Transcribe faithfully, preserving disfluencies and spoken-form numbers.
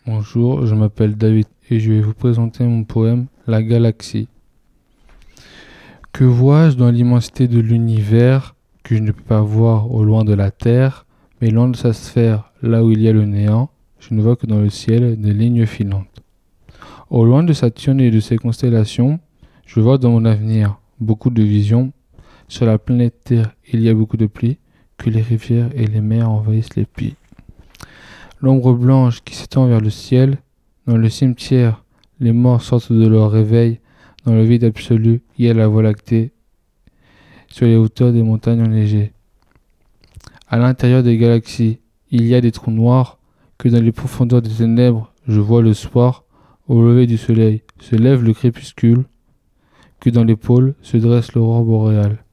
Bonjour, je m'appelle David et je vais vous présenter mon poème La Galaxie. Que vois-je dans l'immensité de l'univers que je ne peux pas voir au loin de la Terre, mais loin de sa sphère, là où il y a le néant, je ne vois que dans le ciel des lignes filantes. Au loin de Saturne et de ses constellations, je vois dans mon avenir beaucoup de visions. Sur la planète Terre, il y a beaucoup de pluie, que les rivières et les mers envahissent les pays. L'ombre blanche qui s'étend vers le ciel, dans le cimetière, les morts sortent de leur réveil, dans le vide absolu, il y a la voie lactée, sur les hauteurs des montagnes enneigées. À l'intérieur des galaxies, il y a des trous noirs, que dans les profondeurs des ténèbres, je vois le soir, au lever du soleil, se lève le crépuscule, que dans les pôles se dresse l'aurore boréale.